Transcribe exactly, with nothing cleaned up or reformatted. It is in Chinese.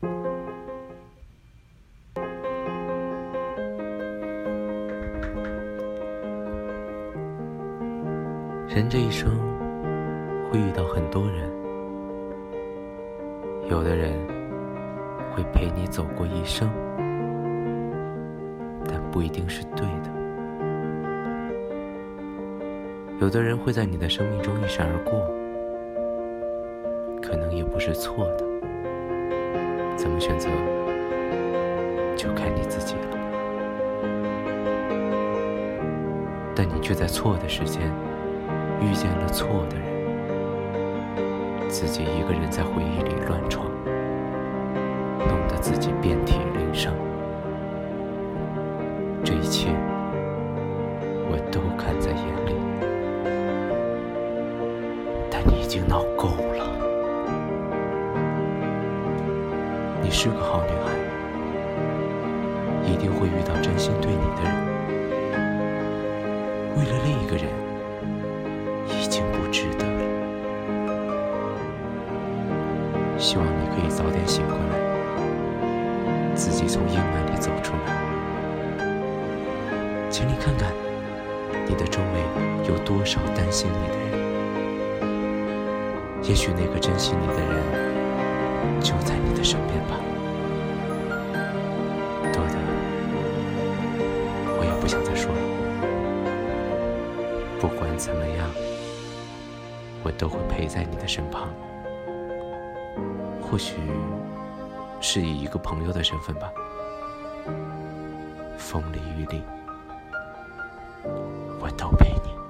人这一生会遇到很多人，有的人会陪你走过一生，但不一定是对的。有的人会在你的生命中一闪而过，可能也不是错的，怎么选择就看你自己了。但你却在错的时间遇见了错的人，自己一个人在回忆里乱闯，弄得自己遍体鳞伤。这一切我都看在眼里，但你已经闹够了。你是个好女孩，一定会遇到真心对你的人，为了另一个人已经不值得了。希望你可以早点醒过来，自己从阴霾里走出来。请你看看你的周围有多少担心你的人，也许那个珍惜你的人就在你的身边吧。多的我也不想再说了，不管怎么样，我都会陪在你的身旁。或许是以一个朋友的身份吧，风里雨里，我都陪你。